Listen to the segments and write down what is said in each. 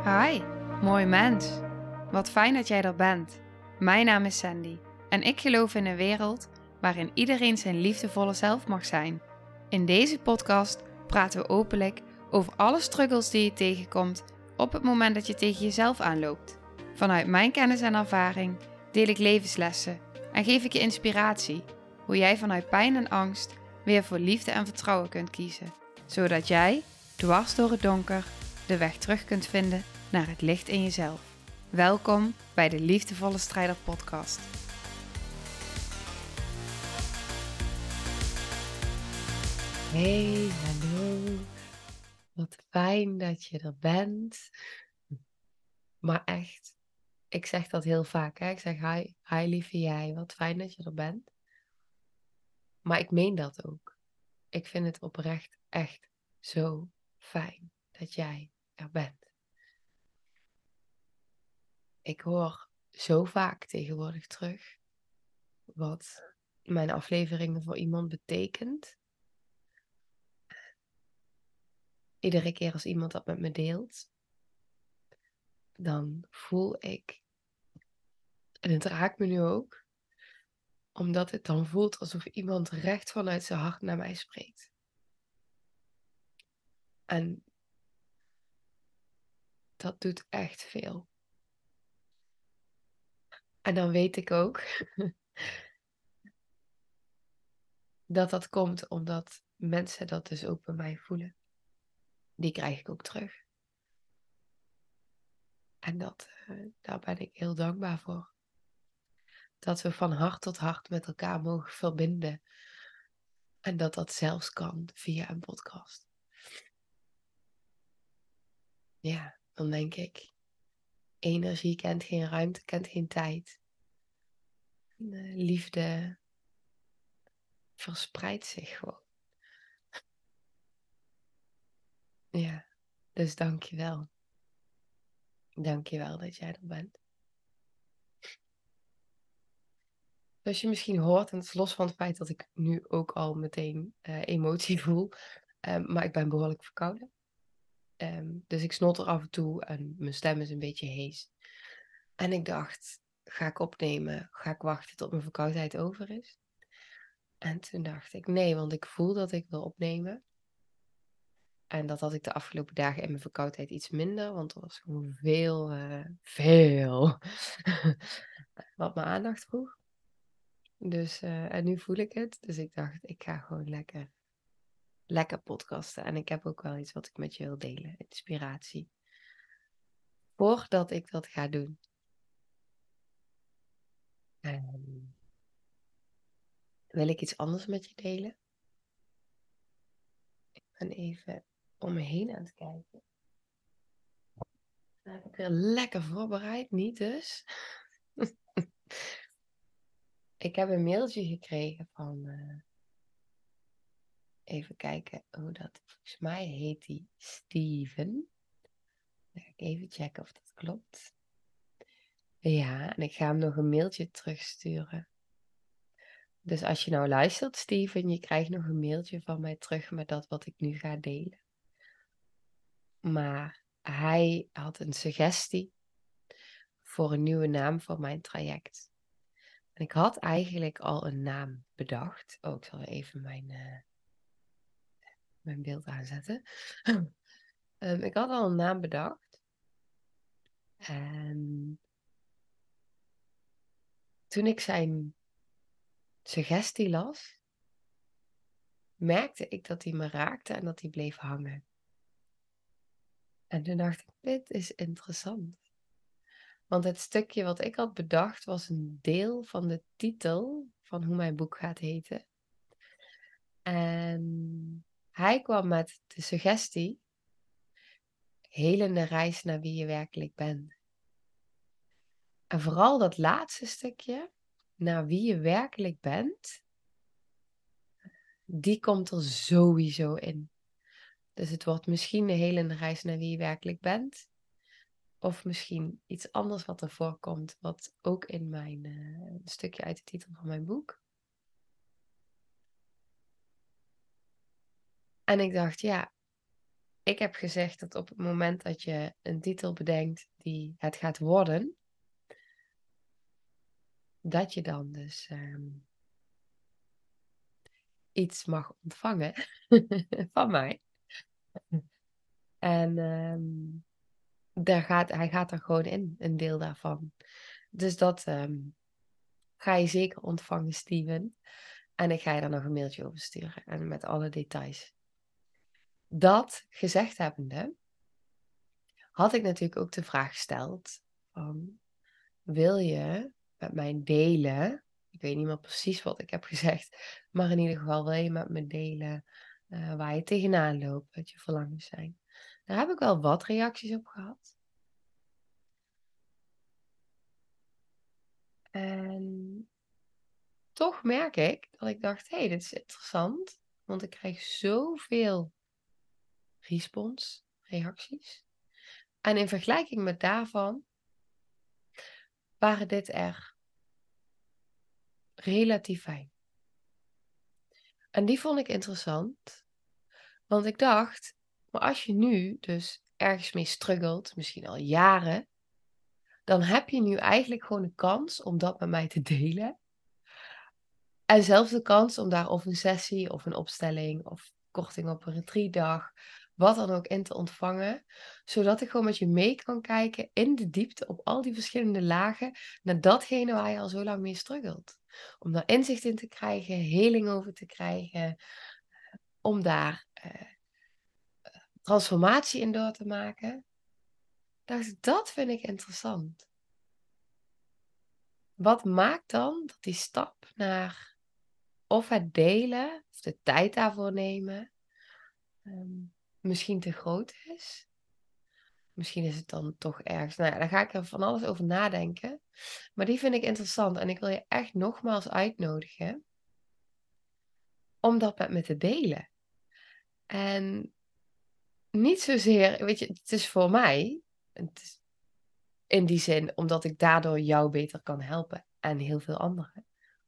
Hi, mooi mens. Wat fijn dat jij er bent. Mijn naam is Sandy en ik geloof in een wereld waarin iedereen zijn liefdevolle zelf mag zijn. In deze podcast praten we openlijk over alle struggles die je tegenkomt op het moment dat je tegen jezelf aanloopt. Vanuit mijn kennis en ervaring deel ik levenslessen en geef ik je inspiratie hoe jij vanuit pijn en angst weer voor liefde en vertrouwen kunt kiezen, zodat jij, dwars door het donker, de weg terug kunt vinden naar het licht in jezelf. Welkom bij de Liefdevolle Strijder podcast. Hey, hallo. Wat fijn dat je er bent. Maar echt, ik zeg dat heel vaak, hè? Ik zeg hi lieve jij, wat fijn dat je er bent. Maar ik meen dat ook. Ik vind het oprecht echt zo fijn dat jij er bent. Ik hoor zo vaak tegenwoordig terug wat mijn afleveringen voor iemand betekent. Iedere keer als iemand dat met me deelt, dan voel ik, en het raakt me nu ook, omdat het dan voelt alsof iemand recht vanuit zijn hart naar mij spreekt. En dat doet echt veel. En dan weet ik ook dat dat komt omdat mensen dat dus ook bij mij voelen. Die krijg ik ook terug. En daar ben ik heel dankbaar voor. Dat we van hart tot hart met elkaar mogen verbinden. En dat dat zelfs kan via een podcast. Ja, dan denk ik, energie kent geen ruimte, kent geen tijd. Liefde verspreidt zich gewoon. Ja, dus dank je wel. Dank je wel dat jij er bent. Zoals je misschien hoort, en het is los van het feit dat ik nu ook al meteen emotie voel, maar ik ben behoorlijk verkouden. Dus ik snotter af en toe en mijn stem is een beetje hees. En ik dacht, ga ik opnemen? Ga ik wachten tot mijn verkoudheid over is? En toen dacht ik, nee, want ik voel dat ik wil opnemen. En dat had ik de afgelopen dagen in mijn verkoudheid iets minder, want er was gewoon veel wat mijn aandacht vroeg. Dus, en nu voel ik het. Dus ik dacht, ik ga gewoon lekker podcasten. En ik heb ook wel iets wat ik met je wil delen. Inspiratie. Voordat ik dat ga doen. Wil ik iets anders met je delen. Ik ben even om me heen aan het kijken. Dan heb ik weer lekker voorbereid. Niet dus. Ik heb een mailtje gekregen van... even kijken hoe dat... Volgens mij heet die Steven. Dan ga ik even checken of dat klopt. Ja, en ik ga hem nog een mailtje terugsturen. Dus als je nou luistert, Steven, je krijgt nog een mailtje van mij terug met dat wat ik nu ga delen. Maar hij had een suggestie voor een nieuwe naam voor mijn traject. En ik had eigenlijk al een naam bedacht. Oh, ik zal even mijn beeld aanzetten. Ik had al een naam bedacht. En toen ik zijn suggestie las, merkte ik dat hij me raakte en dat hij bleef hangen. En toen dacht ik, dit is interessant. Want het stukje wat ik had bedacht was een deel van de titel van hoe mijn boek gaat heten. En hij kwam met de suggestie, helende reis naar wie je werkelijk bent. En vooral dat laatste stukje, naar wie je werkelijk bent, die komt er sowieso in. Dus het wordt misschien de helende reis naar wie je werkelijk bent. Of misschien iets anders wat er voorkomt, wat ook in mijn stukje uit de titel van mijn boek. En ik dacht, ja, ik heb gezegd dat op het moment dat je een titel bedenkt die het gaat worden, dat je dan dus iets mag ontvangen van mij. En hij gaat er gewoon in, een deel daarvan. Dus dat ga je zeker ontvangen, Steven. En ik ga je daar nog een mailtje over sturen. En met alle details. Dat gezegd hebbende, had ik natuurlijk ook de vraag gesteld van, wil je met mij delen? Ik weet niet meer precies wat ik heb gezegd. Maar in ieder geval wil je met me delen waar je tegenaan loopt. Wat je verlangens zijn. Daar heb ik wel wat reacties op gehad. En toch merk ik dat ik dacht, hé, dit is interessant. Want ik krijg zoveel respons, reacties. En in vergelijking met daarvan waren dit er relatief fijn. En die vond ik interessant. Want ik dacht, maar als je nu dus ergens mee struggelt, misschien al jaren, dan heb je nu eigenlijk gewoon een kans om dat met mij te delen. En zelfs de kans om daar of een sessie of een opstelling of korting op een retreatdag, wat dan ook in te ontvangen. Zodat ik gewoon met je mee kan kijken in de diepte op al die verschillende lagen naar datgene waar je al zo lang mee struggelt. Om daar inzicht in te krijgen, heling over te krijgen. Om daar transformatie in door te maken. Dat vind ik interessant. Wat maakt dan dat die stap naar of het delen, of de tijd daarvoor nemen, misschien te groot is? Misschien is het dan toch ergens. Nou ja, daar ga ik er van alles over nadenken. Maar die vind ik interessant. En ik wil je echt nogmaals uitnodigen om dat met me te delen. En niet zozeer, weet je, het is voor mij. Het is in die zin, omdat ik daardoor jou beter kan helpen. En heel veel anderen.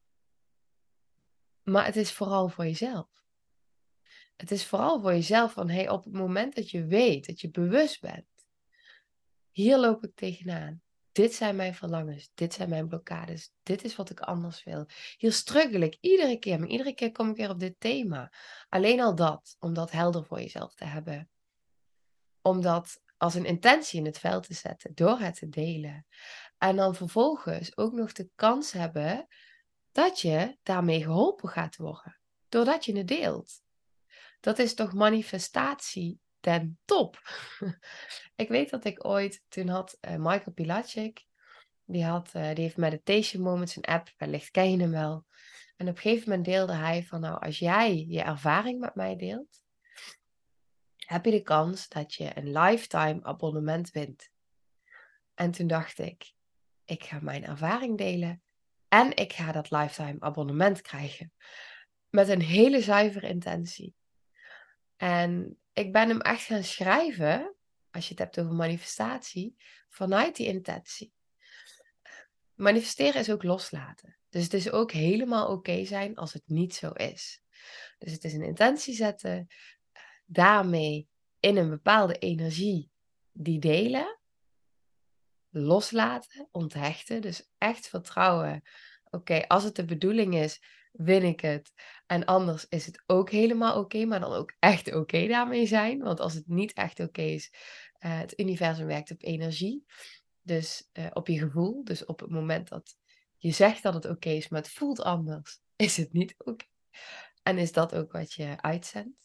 Maar het is vooral voor jezelf. Het is vooral voor jezelf van, hey, op het moment dat je weet, dat je bewust bent. Hier loop ik tegenaan. Dit zijn mijn verlangens. Dit zijn mijn blokkades. Dit is wat ik anders wil. Hier struggle ik iedere keer. Maar iedere keer kom ik weer op dit thema. Alleen al dat. Om dat helder voor jezelf te hebben. Om dat als een intentie in het veld te zetten. Door het te delen. En dan vervolgens ook nog de kans hebben dat je daarmee geholpen gaat worden. Doordat je het deelt. Dat is toch manifestatie ten top. Ik weet dat ik ooit, toen had Michael Pilacic, die heeft Meditation Moments, een app, wellicht ken je hem wel. En op een gegeven moment deelde hij van, nou, als jij je ervaring met mij deelt, heb je de kans dat je een lifetime abonnement wint. En toen dacht ik ga mijn ervaring delen en ik ga dat lifetime abonnement krijgen. Met een hele zuivere intentie. En ik ben hem echt gaan schrijven, als je het hebt over manifestatie, vanuit die intentie. Manifesteren is ook loslaten. Dus het is ook helemaal oké zijn als het niet zo is. Dus het is een intentie zetten, daarmee in een bepaalde energie die delen, loslaten, onthechten. Dus echt vertrouwen. Oké, als het de bedoeling is, win ik het. En anders is het ook helemaal oké, maar dan ook echt oké daarmee zijn. Want als het niet echt oké is, het universum werkt op energie. Dus op je gevoel. Dus op het moment dat je zegt dat het oké is, maar het voelt anders, is het niet oké. En is dat ook wat je uitzendt?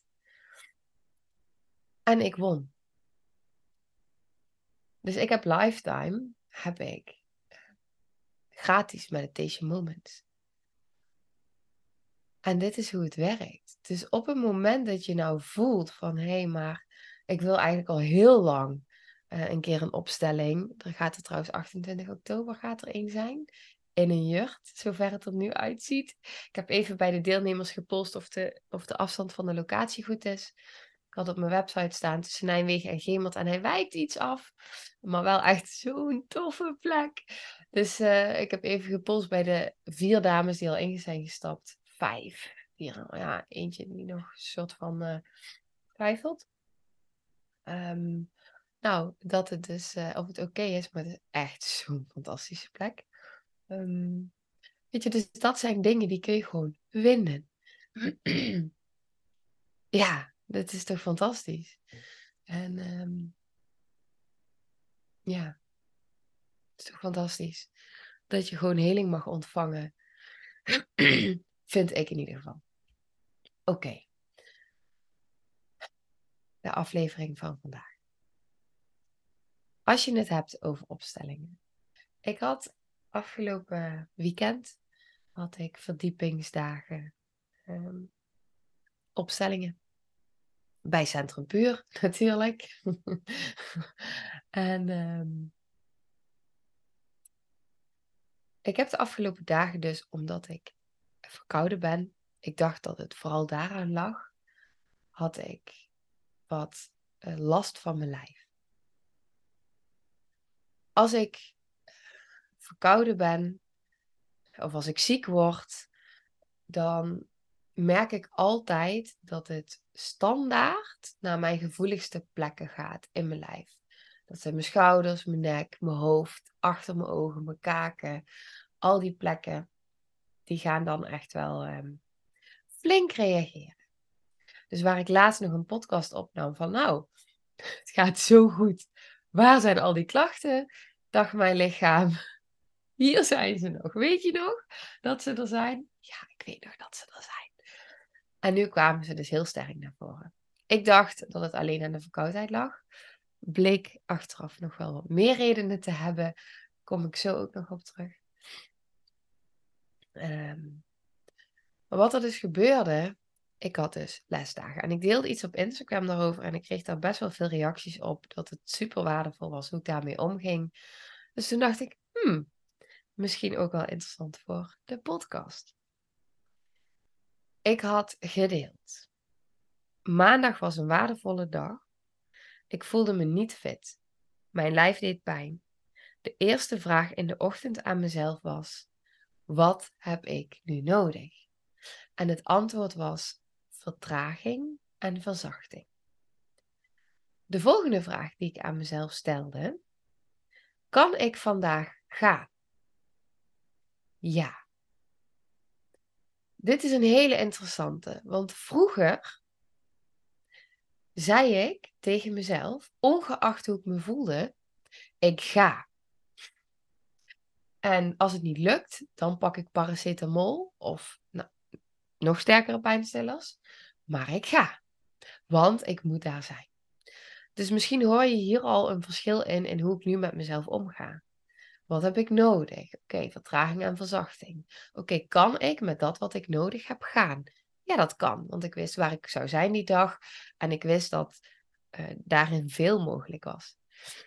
En ik won. Dus ik heb lifetime, gratis meditation moments. En dit is hoe het werkt. Dus op het moment dat je nou voelt van, hé, maar ik wil eigenlijk al heel lang een keer een opstelling. Er gaat er trouwens 28 oktober gaat er een zijn. In een jurt, zover het er nu uitziet. Ik heb even bij de deelnemers gepolst of de afstand van de locatie goed is. Ik had op mijn website staan tussen Nijmegen en Gemert en hij wijkt iets af. Maar wel echt zo'n toffe plek. Dus ik heb even gepolst bij de 4 dames die al in zijn gestapt. 5. Ja, eentje die nog een soort van twijfelt. Nou, dat het dus, of het oké is, maar het is echt zo'n fantastische plek. Ehm, Weet je, dus dat zijn dingen die kun je gewoon winnen. Ja, dat is toch fantastisch. En ja, het is toch fantastisch. Dat je gewoon heling mag ontvangen. Vind ik in ieder geval. Oké, de aflevering van vandaag. Als je het hebt over opstellingen. Ik had afgelopen weekend had ik verdiepingsdagen opstellingen. Bij Centrum Puur, natuurlijk. En ik heb de afgelopen dagen dus, omdat ik verkouden ben, ik dacht dat het vooral daaraan lag, had ik wat last van mijn lijf. Als ik verkouden ben, of als ik ziek word, dan merk ik altijd dat het standaard naar mijn gevoeligste plekken gaat in mijn lijf. Dat zijn mijn schouders, mijn nek, mijn hoofd, achter mijn ogen, mijn kaken. Al die plekken, die gaan dan echt wel flink reageren. Dus waar ik laatst nog een podcast opnam van, nou, het gaat zo goed. Waar zijn al die klachten? Dacht mijn lichaam, hier zijn ze nog. Weet je nog dat ze er zijn? Ja, ik weet nog dat ze er zijn. En nu kwamen ze dus heel sterk naar voren. Ik dacht dat het alleen aan de verkoudheid lag. Bleek achteraf nog wel wat meer redenen te hebben. Kom ik zo ook nog op terug. Maar wat er dus gebeurde, ik had dus lesdagen. En ik deelde iets op Instagram daarover en ik kreeg daar best wel veel reacties op. Dat het super waardevol was hoe ik daarmee omging. Dus toen dacht ik, misschien ook wel interessant voor de podcast. Ik had gedeeld. Maandag was een waardevolle dag. Ik voelde me niet fit. Mijn lijf deed pijn. De eerste vraag in de ochtend aan mezelf was: wat heb ik nu nodig? En het antwoord was vertraging en verzachting. De volgende vraag die ik aan mezelf stelde: kan ik vandaag gaan? Ja. Dit is een hele interessante, want vroeger zei ik tegen mezelf, ongeacht hoe ik me voelde, ik ga. En als het niet lukt, dan pak ik paracetamol of nog sterkere pijnstillers. Maar ik ga, want ik moet daar zijn. Dus misschien hoor je hier al een verschil in hoe ik nu met mezelf omga. Wat heb ik nodig? Oké, vertraging en verzachting. Oké, kan ik met dat wat ik nodig heb gaan? Ja, dat kan, want ik wist waar ik zou zijn die dag en ik wist dat daarin veel mogelijk was.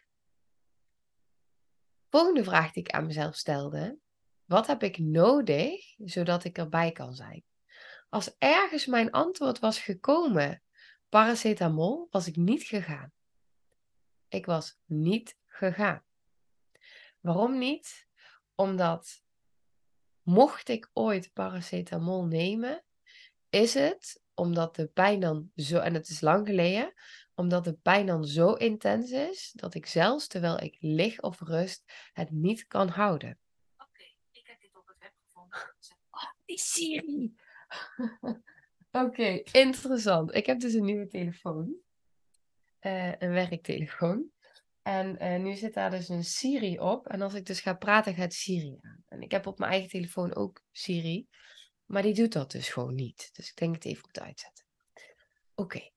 Volgende vraag die ik aan mezelf stelde: wat heb ik nodig zodat ik erbij kan zijn? Als ergens mijn antwoord was gekomen, paracetamol, was ik niet gegaan. Ik was niet gegaan. Waarom niet? Omdat mocht ik ooit paracetamol nemen, is het omdat de pijn dan zo, en het is lang geleden, omdat de pijn dan zo intens is, dat ik zelfs terwijl ik lig of rust, het niet kan houden. Oké, ik heb dit op het web gevonden. Oh, die Siri! Oké, interessant. Ik heb dus een nieuwe telefoon. Een werktelefoon. En nu zit daar dus een Siri op. En als ik dus ga praten, gaat Siri aan. En ik heb op mijn eigen telefoon ook Siri. Maar die doet dat dus gewoon niet. Dus ik denk het even moet uitzetten. Oké.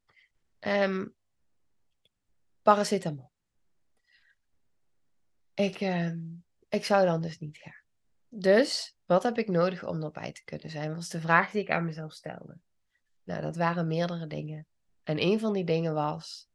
Paracetamol. Ik zou dan dus niet gaan. Dus, wat heb ik nodig om erbij te kunnen zijn? Was de vraag die ik aan mezelf stelde. Nou, dat waren meerdere dingen. En een van die dingen was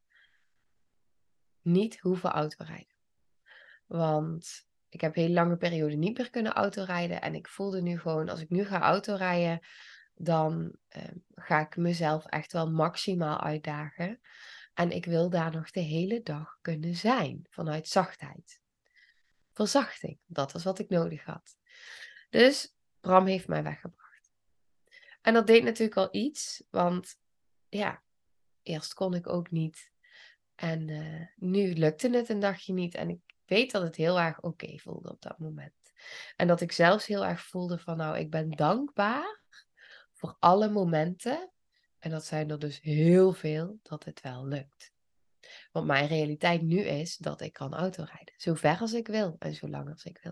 niet hoeven autorijden. Want ik heb een hele lange periode niet meer kunnen autorijden. En ik voelde nu gewoon, als ik nu ga autorijden, dan ga ik mezelf echt wel maximaal uitdagen. En ik wil daar nog de hele dag kunnen zijn, vanuit zachtheid. Verzachting, dat was wat ik nodig had. Dus Bram heeft mij weggebracht. En dat deed natuurlijk al iets, want ja, eerst kon ik ook niet En nu lukte het een dagje niet. En ik weet dat het heel erg oké voelde op dat moment. En dat ik zelfs heel erg voelde van nou, ik ben dankbaar voor alle momenten. En dat zijn er dus heel veel dat het wel lukt. Want mijn realiteit nu is dat ik kan autorijden. Zo ver als ik wil en zo lang als ik wil.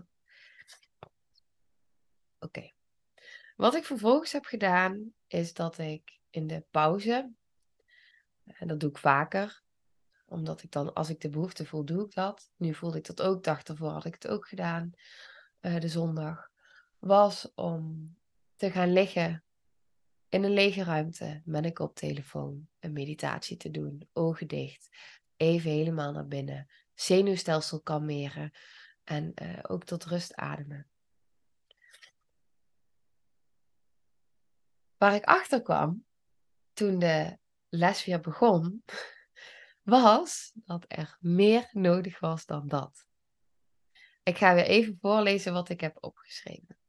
Oké. Wat ik vervolgens heb gedaan, is dat ik in de pauze, en dat doe ik vaker, omdat ik dan, als ik de behoefte voel, doe ik dat. Nu voelde ik dat ook, dag ervoor had ik het ook gedaan, de zondag, was om te gaan liggen in een lege ruimte met een koptelefoon, een meditatie te doen, ogen dicht, even helemaal naar binnen, zenuwstelsel kalmeren en ook tot rust ademen. Waar ik achter kwam toen de les weer begon, was dat er meer nodig was dan dat. Ik ga weer even voorlezen wat ik heb opgeschreven.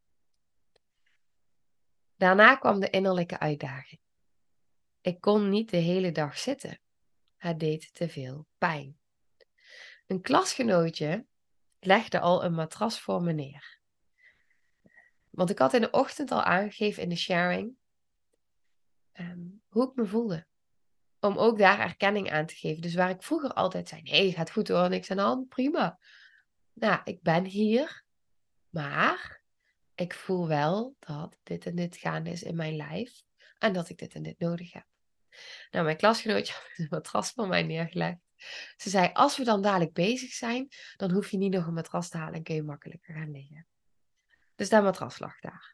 Daarna kwam de innerlijke uitdaging. Ik kon niet de hele dag zitten. Het deed te veel pijn. Een klasgenootje legde al een matras voor me neer. Want ik had in de ochtend al aangegeven in de sharing hoe ik me voelde. Om ook daar erkenning aan te geven. Dus waar ik vroeger altijd zei, nee, gaat goed hoor, niks aan de hand, prima. Nou, ik ben hier, maar ik voel wel dat dit en dit gaande is in mijn lijf. En dat ik dit en dit nodig heb. Nou, mijn klasgenootje had een matras voor mij neergelegd. Ze zei, als we dan dadelijk bezig zijn, dan hoef je niet nog een matras te halen en kun je makkelijker gaan liggen. Dus dat matras lag daar.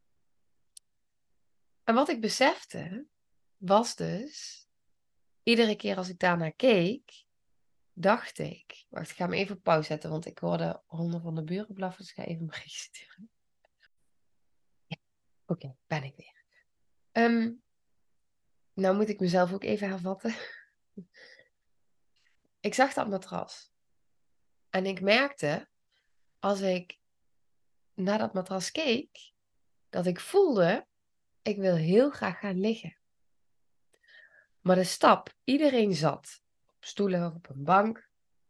En wat ik besefte, was dus, iedere keer als ik daarnaar keek, dacht ik, wacht, ik ga hem even op pauze zetten, want ik hoorde honden van de buren blaffen, dus ik ga even een berichtje sturen. Ja, oké, ben ik weer. Nou moet ik mezelf ook even hervatten. Ik zag dat matras. En ik merkte, als ik naar dat matras keek, dat ik voelde, ik wil heel graag gaan liggen. Maar de stap, iedereen zat op stoelen of op een bank.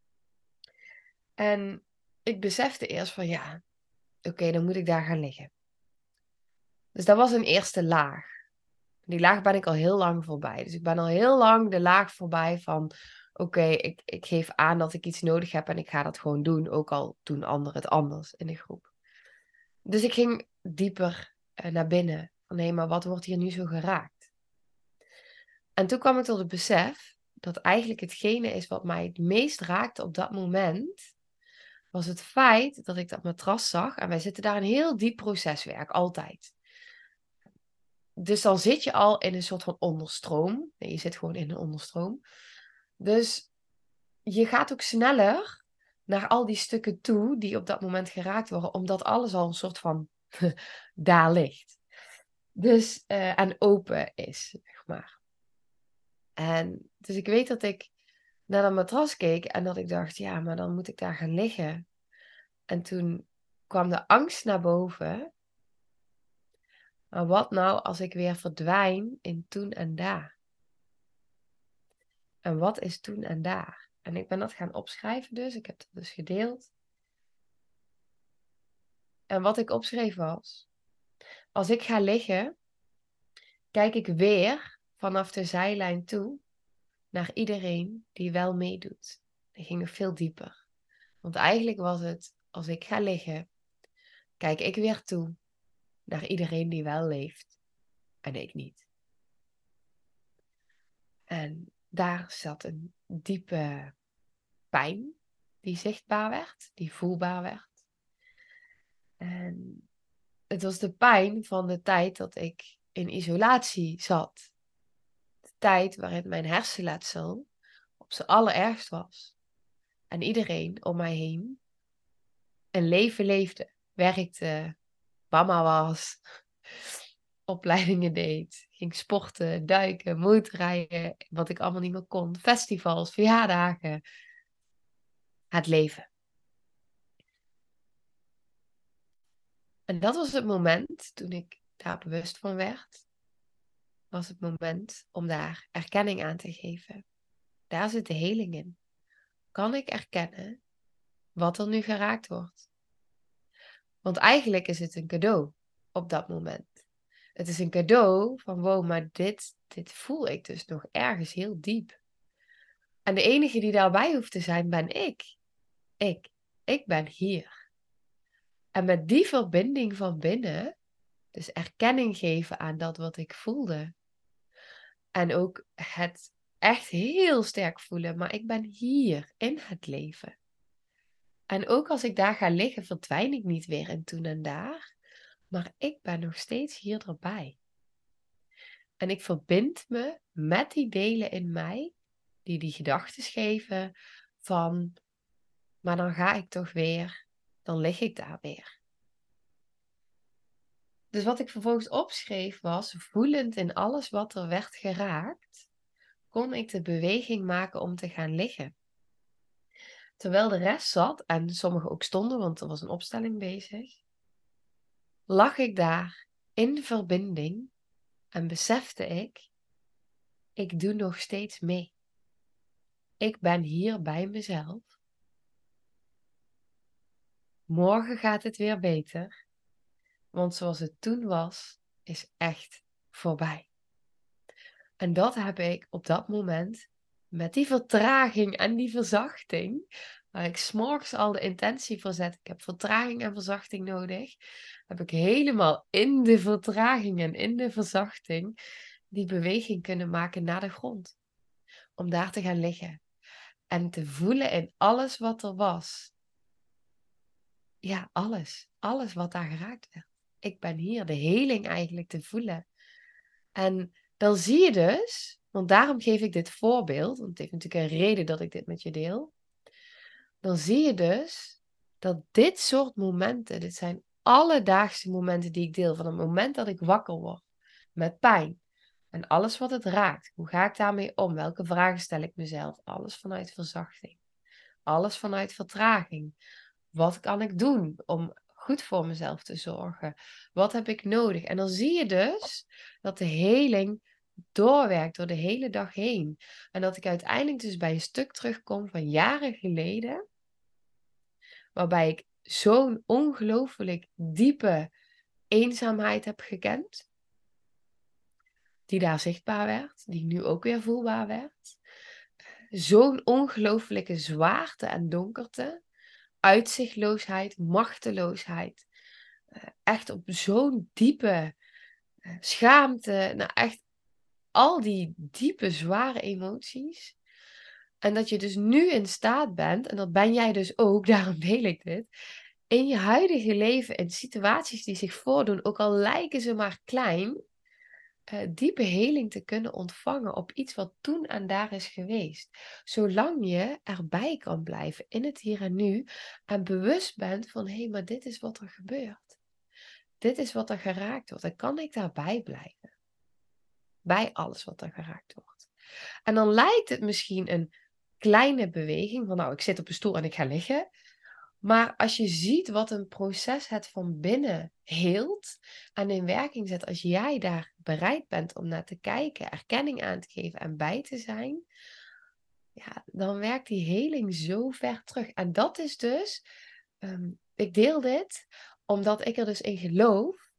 En ik besefte eerst van ja, oké, dan moet ik daar gaan liggen. Dus dat was een eerste laag. Die laag ben ik al heel lang voorbij. Dus ik ben al heel lang de laag voorbij van oké, ik geef aan dat ik iets nodig heb en ik ga dat gewoon doen. Ook al doen anderen het anders in de groep. Dus ik ging dieper naar binnen. Van hé, maar wat wordt hier nu zo geraakt? En toen kwam ik tot het besef dat eigenlijk hetgene is wat mij het meest raakte op dat moment, was het feit dat ik dat matras zag. En wij zitten daar een heel diep proceswerk, altijd. Dus dan zit je al in een soort van onderstroom. Nee, je zit gewoon in een onderstroom. Dus je gaat ook sneller naar al die stukken toe die op dat moment geraakt worden, omdat alles al een soort van daar ligt. Dus, en open is, zeg maar. En dus ik weet dat ik naar dat matras keek en dat ik dacht, ja, maar dan moet ik daar gaan liggen. En toen kwam de angst naar boven. Maar wat nou als ik weer verdwijn in toen en daar? En wat is toen en daar? En ik ben dat gaan opschrijven dus. Ik heb dat dus gedeeld. En wat ik opschreef was, als ik ga liggen, kijk ik weer vanaf de zijlijn toe naar iedereen die wel meedoet. Die ging nog veel dieper. Want eigenlijk was het, als ik ga liggen, kijk ik weer toe naar iedereen die wel leeft en ik niet. En daar zat een diepe pijn die zichtbaar werd, die voelbaar werd. En het was de pijn van de tijd dat ik in isolatie zat. De tijd waarin mijn hersenletsel op zijn allerergst was. En iedereen om mij heen een leven leefde, werkte, mama was, opleidingen deed, ging sporten, duiken, motorrijden, wat ik allemaal niet meer kon, festivals, verjaardagen, het leven. En dat was het moment toen ik daar bewust van werd, was het moment om daar erkenning aan te geven. Daar zit de heling in. Kan ik erkennen wat er nu geraakt wordt? Want eigenlijk is het een cadeau op dat moment. Het is een cadeau van wow, maar dit voel ik dus nog ergens heel diep. En de enige die daarbij hoeft te zijn, ben ik. Ik ben hier. En met die verbinding van binnen, dus erkenning geven aan dat wat ik voelde. En ook het echt heel sterk voelen, maar ik ben hier in het leven. En ook als ik daar ga liggen, verdwijn ik niet weer in toen en daar. Maar ik ben nog steeds hier erbij. En ik verbind me met die delen in mij, die gedachten geven van, maar dan ga ik toch weer, dan lig ik daar weer. Dus wat ik vervolgens opschreef was, voelend in alles wat er werd geraakt, kon ik de beweging maken om te gaan liggen. Terwijl de rest zat, en sommigen ook stonden, want er was een opstelling bezig, lag ik daar in verbinding en besefte ik doe nog steeds mee. Ik ben hier bij mezelf. Morgen gaat het weer beter, want zoals het toen was, is echt voorbij. En dat heb ik op dat moment, met die vertraging en die verzachting, waar ik 's morgens al de intentie voor zet, ik heb vertraging en verzachting nodig, heb ik helemaal in de vertraging en in de verzachting die beweging kunnen maken naar de grond. Om daar te gaan liggen en te voelen in alles wat er was. Ja, alles. Alles wat daar geraakt werd. Ik ben hier, de heling eigenlijk te voelen. En dan zie je dus, want daarom geef ik dit voorbeeld, want het heeft natuurlijk een reden dat ik dit met je deel. Dan zie je dus dat dit soort momenten, dit zijn alledaagse momenten die ik deel, van het moment dat ik wakker word met pijn en alles wat het raakt. Hoe ga ik daarmee om? Welke vragen stel ik mezelf? Alles vanuit verzachting. Alles vanuit vertraging. Wat kan ik doen om goed voor mezelf te zorgen? Wat heb ik nodig? En dan zie je dus dat de heling doorwerkt door de hele dag heen. En dat ik uiteindelijk dus bij een stuk terugkom van jaren geleden, waarbij ik zo'n ongelooflijk diepe eenzaamheid heb gekend, die daar zichtbaar werd, die nu ook weer voelbaar werd. Zo'n ongelooflijke zwaarte en donkerte, uitzichtloosheid, machteloosheid. Echt op zo'n diepe schaamte. Nou, echt al die diepe, zware emoties. En dat je dus nu in staat bent, en dat ben jij dus ook, daarom deel ik dit, in je huidige leven, in situaties die zich voordoen, ook al lijken ze maar klein, diepe heling te kunnen ontvangen op iets wat toen en daar is geweest. Zolang je erbij kan blijven in het hier en nu en bewust bent van hé, maar dit is wat er gebeurt. Dit is wat er geraakt wordt. Dan kan ik daarbij blijven. Bij alles wat er geraakt wordt. En dan lijkt het misschien een kleine beweging van nou, ik zit op een stoel en ik ga liggen. Maar als je ziet wat een proces het van binnen heelt en in werking zet, als jij daar bereid bent om naar te kijken, erkenning aan te geven en bij te zijn, ja, dan werkt die heling zo ver terug. En dat is dus, ik deel dit omdat ik er dus in geloof.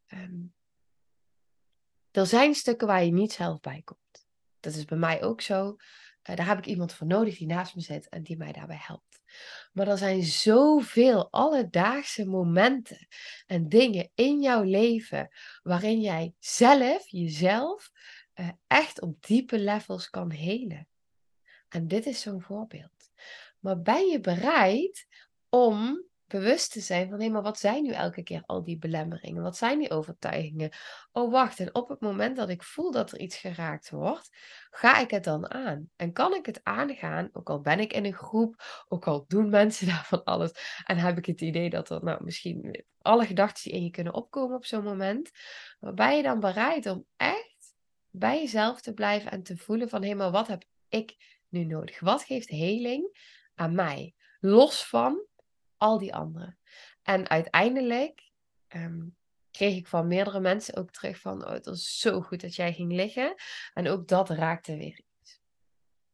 Er zijn stukken waar je niet zelf bij komt. Dat is bij mij ook zo. Daar heb ik iemand voor nodig die naast me zit en die mij daarbij helpt. Maar er zijn zoveel alledaagse momenten en dingen in jouw leven waarin jij zelf jezelf echt op diepe levels kan helen. En dit is zo'n voorbeeld. Maar ben je bereid om bewust te zijn van hé, maar wat zijn nu elke keer al die belemmeringen? Wat zijn die overtuigingen? Oh, wacht, en op het moment dat ik voel dat er iets geraakt wordt, ga ik het dan aan? En kan ik het aangaan, ook al ben ik in een groep, ook al doen mensen daar van alles, en heb ik het idee dat er nou misschien alle gedachten die in je kunnen opkomen op zo'n moment, maar ben je dan bereid om echt bij jezelf te blijven en te voelen van hé, maar wat heb ik nu nodig? Wat geeft heling aan mij? Los van al die anderen. En uiteindelijk kreeg ik van meerdere mensen ook terug van, oh, het was zo goed dat jij ging liggen. En ook dat raakte weer iets.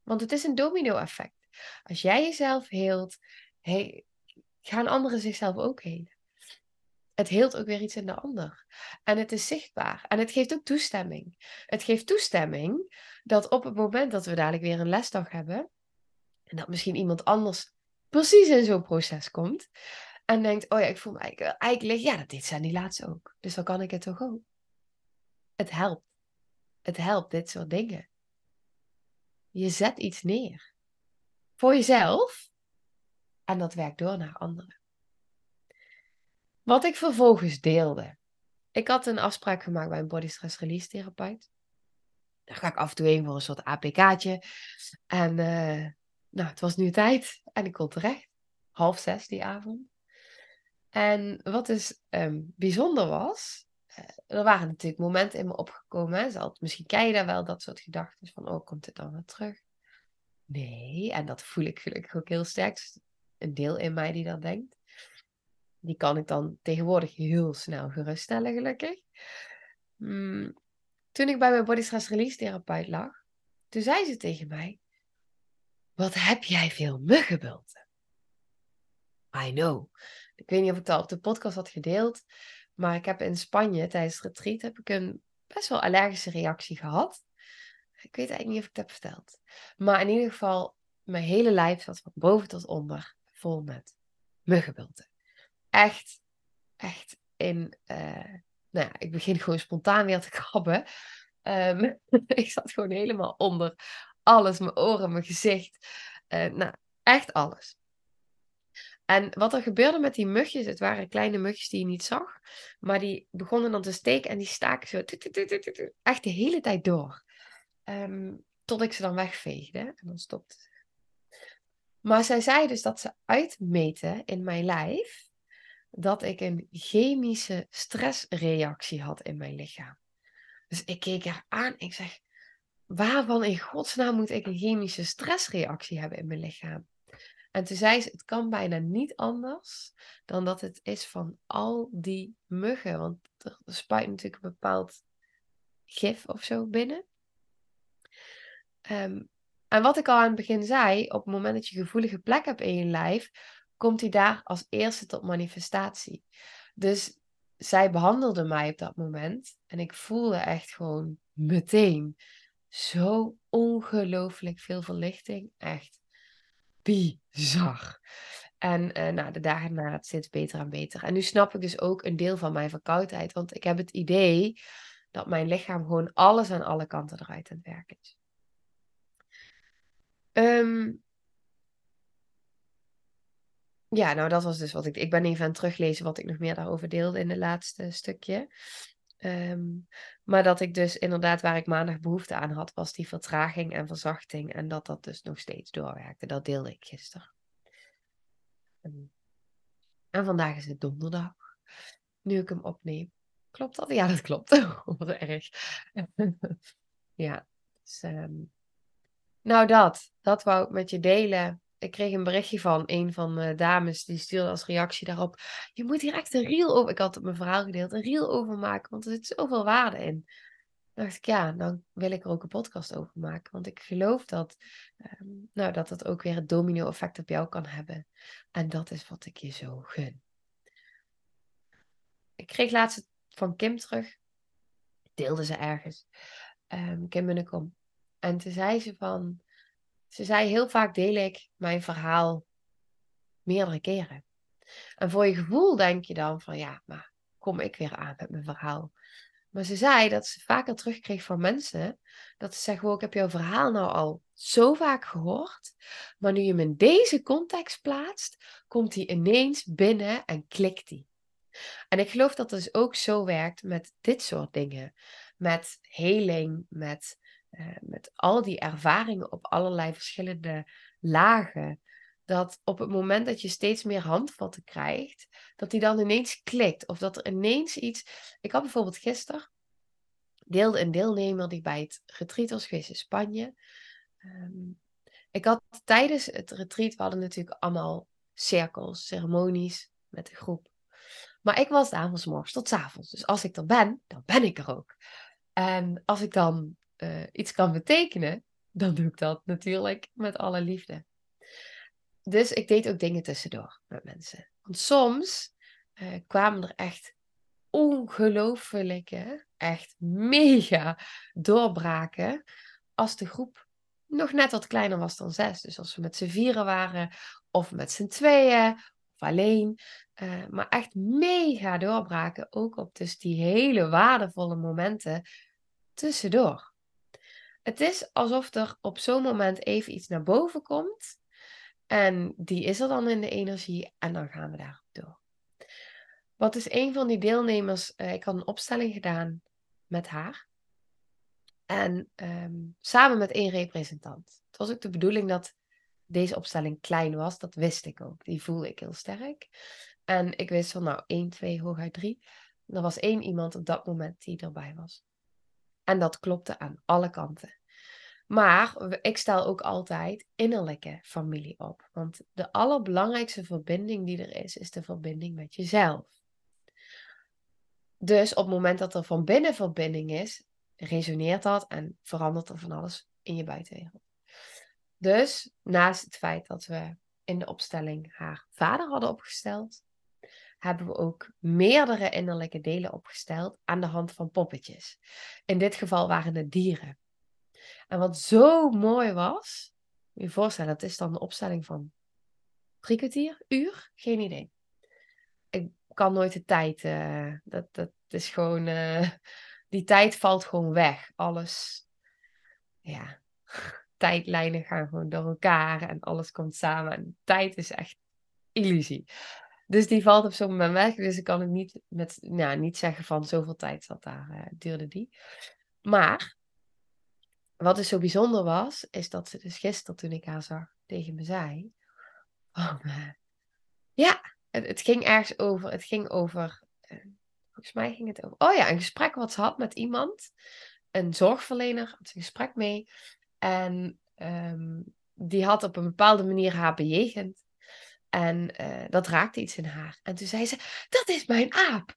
Want het is een domino-effect. Als jij jezelf heelt, gaan anderen zichzelf ook helen. Het heelt ook weer iets in de ander. En het is zichtbaar. En het geeft ook toestemming. Het geeft toestemming dat op het moment dat we dadelijk weer een lesdag hebben, en dat misschien iemand anders precies in zo'n proces komt, en denkt, oh ja, ik voel me eigenlijk ja, dat deed Sandy laatst ook. Dus dan kan ik het toch ook. Het helpt. Het helpt, dit soort dingen. Je zet iets neer. Voor jezelf. En dat werkt door naar anderen. Wat ik vervolgens deelde. Ik had een afspraak gemaakt bij een body stress release therapeut. Daar ga ik af en toe heen voor een soort APK'tje. En nou, het was nu tijd. En ik kon terecht. 5:30 die avond. En wat dus bijzonder was. Er waren natuurlijk momenten in me opgekomen. Hè. Misschien ken je daar wel dat soort gedachten. Van, oh, komt dit dan weer terug? Nee, en dat voel ik gelukkig ook heel sterk. Dus een deel in mij die dat denkt. Die kan ik dan tegenwoordig heel snel geruststellen, gelukkig. Toen ik bij mijn body stress release therapeut lag, toen zei ze tegen mij: wat heb jij veel muggenbulten? I know. Ik weet niet of ik dat op de podcast had gedeeld, maar ik heb in Spanje tijdens het retreat heb ik een best wel allergische reactie gehad. Ik weet eigenlijk niet of ik het heb verteld. Maar in ieder geval, mijn hele lijf zat van boven tot onder vol met muggenbulten. Echt in... nou ja, ik begin gewoon spontaan weer te krabben. Ik zat gewoon helemaal onder alles. Mijn oren, mijn gezicht. Nou, echt alles. En wat er gebeurde met die mugjes, het waren kleine mugjes die je niet zag. Maar die begonnen dan te steken en die staken zo echt de hele tijd door. Tot ik ze dan wegveegde en dan stopte ze. Maar zij zei dus dat ze uitmeten in mijn lijf dat ik een chemische stressreactie had in mijn lichaam. Dus ik keek haar aan en ik zeg, waarvan in godsnaam moet ik een chemische stressreactie hebben in mijn lichaam? En toen zei ze, het kan bijna niet anders dan dat het is van al die muggen. Want er spuit natuurlijk een bepaald gif of zo binnen. En wat ik al aan het begin zei, op het moment dat je gevoelige plek hebt in je lijf, komt die daar als eerste tot manifestatie. Dus zij behandelde mij op dat moment en ik voelde echt gewoon meteen zo ongelooflijk veel verlichting. Echt bizar. En nou, de dagen na het steeds beter en beter. En nu snap ik dus ook een deel van mijn verkoudheid, want ik heb het idee dat mijn lichaam gewoon alles aan alle kanten eruit aan het werken is. Ja, nou dat was dus wat ik ben even aan het teruglezen wat ik nog meer daarover deelde in het laatste stukje. Maar dat ik dus inderdaad waar ik maandag behoefte aan had, was die vertraging en verzachting. En dat dat dus nog steeds doorwerkte. Dat deelde ik gisteren. En vandaag is het donderdag. Nu ik hem opneem. Klopt dat? Ja, dat klopt. Wat erg. Ja. Dus, nou dat wou ik met je delen. Ik kreeg een berichtje van een van de dames, die stuurde als reactie daarop: je moet hier echt een reel over, ik had op mijn verhaal gedeeld, een reel over maken, want er zit zoveel waarde in. Dan dacht ik, ja, dan wil ik er ook een podcast over maken. Want ik geloof dat, nou, dat dat ook weer het domino-effect op jou kan hebben. En dat is wat ik je zo gun. Ik kreeg laatst van Kim terug. Deelde ze ergens. Kim Munnekom. En toen zei ze van... Ze zei, heel vaak deel ik mijn verhaal meerdere keren. En voor je gevoel denk je dan van, ja, maar kom ik weer aan met mijn verhaal. Maar ze zei dat ze vaker terugkreeg van mensen, dat ze zeggen, ik heb jouw verhaal nou al zo vaak gehoord, maar nu je hem in deze context plaatst, komt hij ineens binnen en klikt hij. En ik geloof dat het dus ook zo werkt met dit soort dingen. Met heling, met al die ervaringen op allerlei verschillende lagen. Dat op het moment dat je steeds meer handvatten krijgt, dat die dan ineens klikt. Of dat er ineens iets... Ik had bijvoorbeeld gisteren, deelde een deelnemer die bij het retreat was geweest in Spanje. Ik had tijdens het retreat, we hadden natuurlijk allemaal cirkels, ceremonies met de groep. Maar ik was daar van 's morgens tot 's avonds. Dus als ik er ben, dan ben ik er ook. En als ik dan iets kan betekenen, dan doe ik dat natuurlijk met alle liefde. Dus ik deed ook dingen tussendoor met mensen. Want soms kwamen er echt ongelooflijke, echt mega doorbraken als de groep nog net wat kleiner was dan 6. Dus als we met z'n 4 waren, of met z'n 2, of alleen. Maar echt mega doorbraken, ook op dus die hele waardevolle momenten tussendoor. Het is alsof er op zo'n moment even iets naar boven komt. En die is er dan in de energie en dan gaan we daarop door. Wat is een van die deelnemers? Ik had een opstelling gedaan met haar. En samen met 1 representant. Het was ook de bedoeling dat deze opstelling klein was. Dat wist ik ook. Die voelde ik heel sterk. En ik wist van nou 1, 2, hooguit 3. Er was 1 iemand op dat moment die erbij was. En dat klopte aan alle kanten. Maar ik stel ook altijd innerlijke familie op. Want de allerbelangrijkste verbinding die er is de verbinding met jezelf. Dus op het moment dat er van binnen verbinding is, resoneert dat en verandert er van alles in je buitenwereld. Dus naast het feit dat we in de opstelling haar vader hadden opgesteld, hebben we ook meerdere innerlijke delen opgesteld aan de hand van poppetjes. In dit geval waren het dieren. En wat zo mooi was, moet je je voorstellen, dat is dan de opstelling van 3 kwartier, uur, geen idee. Ik kan nooit de tijd, dat is gewoon, die tijd valt gewoon weg. Alles, ja, tijdlijnen gaan gewoon door elkaar en alles komt samen. En tijd is echt illusie. Dus die valt op zo'n moment weg. Dus ik kan het niet zeggen van zoveel tijd zat daar, duurde die. Maar wat dus zo bijzonder was, is dat ze dus gisteren toen ik haar zag tegen me zei. Ja, het ging ergens over. Het ging over. Volgens mij ging het over. Oh ja, een gesprek wat ze had met iemand. Een zorgverlener had ze een gesprek mee. En die had op een bepaalde manier haar bejegend. En dat raakte iets in haar. En toen zei ze: Dat is mijn aap.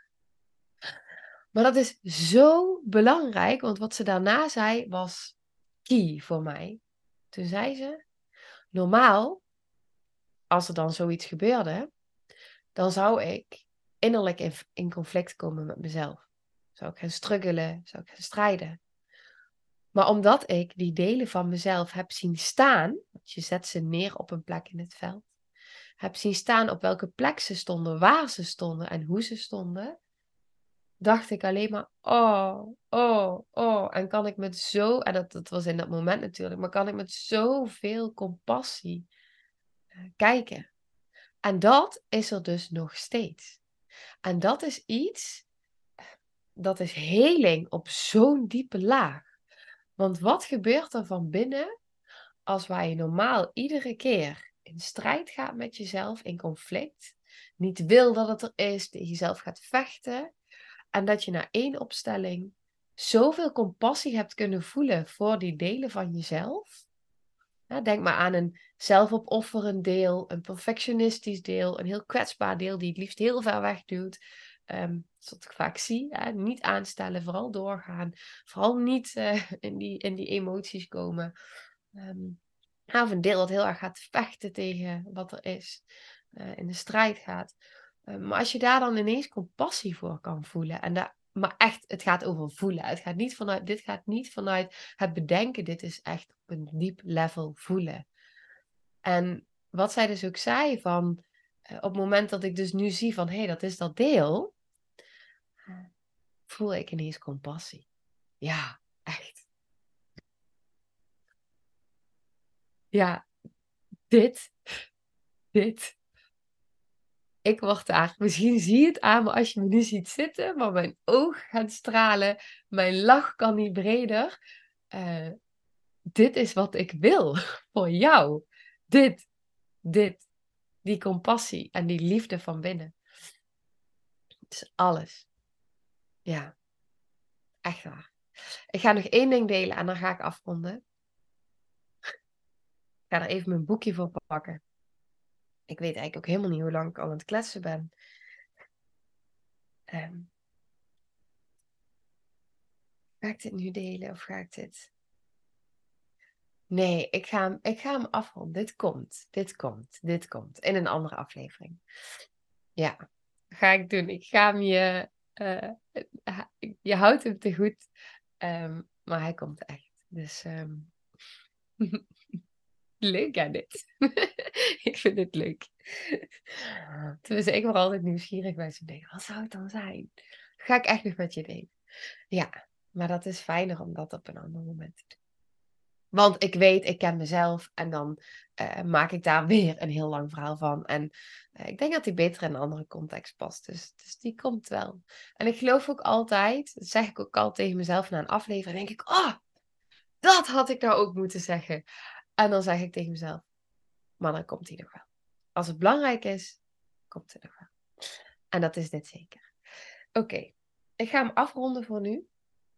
Maar dat is zo belangrijk. Want wat ze daarna zei was key voor mij. Toen zei ze: Normaal, als er dan zoiets gebeurde, dan zou ik innerlijk in conflict komen met mezelf. Zou ik gaan struggelen, zou ik gaan strijden. Maar omdat ik die delen van mezelf heb zien staan, want je zet ze neer op een plek in het veld, heb zien staan op welke plek ze stonden, waar ze stonden en hoe ze stonden, dacht ik alleen maar, oh, oh, oh. En kan ik met zo, en dat was in dat moment natuurlijk, maar kan ik met zoveel compassie kijken. En dat is er dus nog steeds. En dat is iets, dat is heling op zo'n diepe laag. Want wat gebeurt er van binnen als waar je normaal iedere keer in strijd gaat met jezelf, in conflict, niet wil dat het er is, tegen jezelf gaat vechten, en dat je na 1 opstelling zoveel compassie hebt kunnen voelen voor die delen van jezelf. Denk maar aan een zelfopofferend deel, een perfectionistisch deel, een heel kwetsbaar deel die het liefst heel ver weg duwt. Zoals ik vaak zie, niet aanstellen, vooral doorgaan. Vooral niet in die emoties komen. Of een deel dat heel erg gaat vechten tegen wat er is, in de strijd gaat. Maar als je daar dan ineens compassie voor kan voelen, maar echt, het gaat over voelen. Dit gaat niet vanuit het bedenken, dit is echt op een diep level voelen. En wat zij dus ook zei van, op het moment dat ik dus nu zie van, hé, dat is dat deel, voel ik ineens compassie. Ja, echt. Ja, dit. Ik word daar, misschien zie je het aan me als je me nu ziet zitten, maar mijn oog gaat stralen, mijn lach kan niet breder. Dit is wat ik wil voor jou. Dit, die compassie en die liefde van binnen. Het is alles. Ja, echt waar. Ik ga nog 1 ding delen en dan ga ik afronden. Ik ga er even mijn boekje voor pakken. Ik weet eigenlijk ook helemaal niet hoe lang ik al aan het kletsen ben. Ga ik dit nu delen of ga ik dit... Nee, ik ga hem afronden. Dit komt. In een andere aflevering. Ja, ga ik doen. Ik ga hem je... je houdt hem te goed. Maar hij komt echt. Dus... leuk hè, dit. Ik vind het leuk. Tenminste, ik word altijd nieuwsgierig bij zo'n ding. Wat zou het dan zijn? Ga ik echt nog met je delen? Ja, maar dat is fijner om dat op een ander moment te doen. Want ik weet, ik ken mezelf en dan maak ik daar weer een heel lang verhaal van. En ik denk dat die beter in een andere context past. Dus die komt wel. En ik geloof ook altijd, dat zeg ik ook al tegen mezelf na een aflevering, denk ik, oh, dat had ik nou ook moeten zeggen. En dan zeg ik tegen mezelf, maar dan komt hij nog wel. Als het belangrijk is, komt hij nog wel. En dat is dit zeker. Oké, ik ga hem afronden voor nu.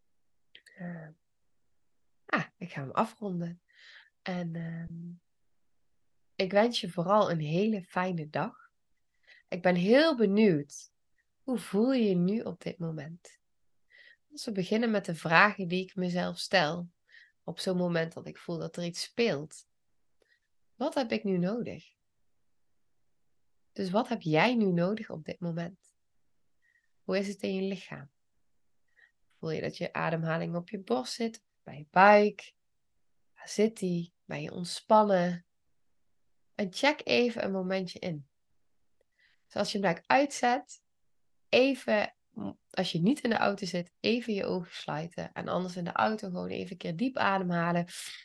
Ik ga hem afronden. En ik wens je vooral een hele fijne dag. Ik ben heel benieuwd. Hoe voel je je nu op dit moment? Als we beginnen met de vragen die ik mezelf stel. Op zo'n moment dat ik voel dat er iets speelt. Wat heb ik nu nodig? Dus wat heb jij nu nodig op dit moment? Hoe is het in je lichaam? Voel je dat je ademhaling op je borst zit? Bij je buik? Waar zit die? Ben je ontspannen? En check even een momentje in. Dus als je hem daar uitzet, even, als je niet in de auto zit, even je ogen sluiten. En anders in de auto gewoon even een keer diep ademhalen.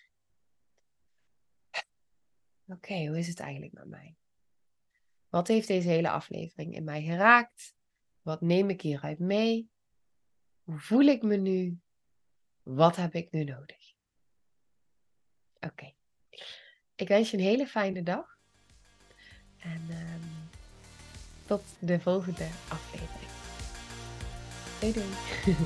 Oké, hoe is het eigenlijk met mij? Wat heeft deze hele aflevering in mij geraakt? Wat neem ik hieruit mee? Hoe voel ik me nu? Wat heb ik nu nodig? Oké. Ik wens je een hele fijne dag. En tot de volgende aflevering. Doei doei.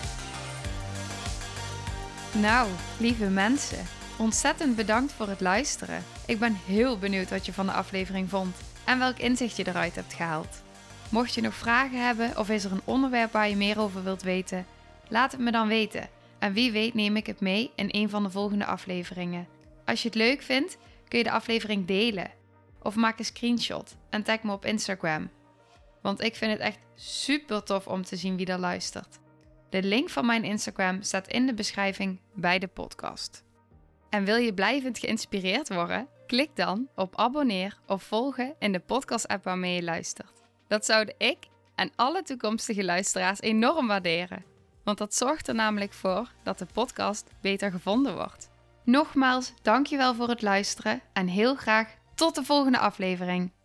Nou, lieve mensen, ontzettend bedankt voor het luisteren. Ik ben heel benieuwd wat je van de aflevering vond en welk inzicht je eruit hebt gehaald. Mocht je nog vragen hebben of is er een onderwerp waar je meer over wilt weten, laat het me dan weten. En wie weet neem ik het mee in een van de volgende afleveringen. Als je het leuk vindt, kun je de aflevering delen. Of maak een screenshot en tag me op Instagram. Want ik vind het echt super tof om te zien wie er luistert. De link van mijn Instagram staat in de beschrijving bij de podcast. En wil je blijvend geïnspireerd worden? Klik dan op abonneer of volgen in de podcast-app waarmee je luistert. Dat zouden ik en alle toekomstige luisteraars enorm waarderen. Want dat zorgt er namelijk voor dat de podcast beter gevonden wordt. Nogmaals, dankjewel voor het luisteren en heel graag tot de volgende aflevering.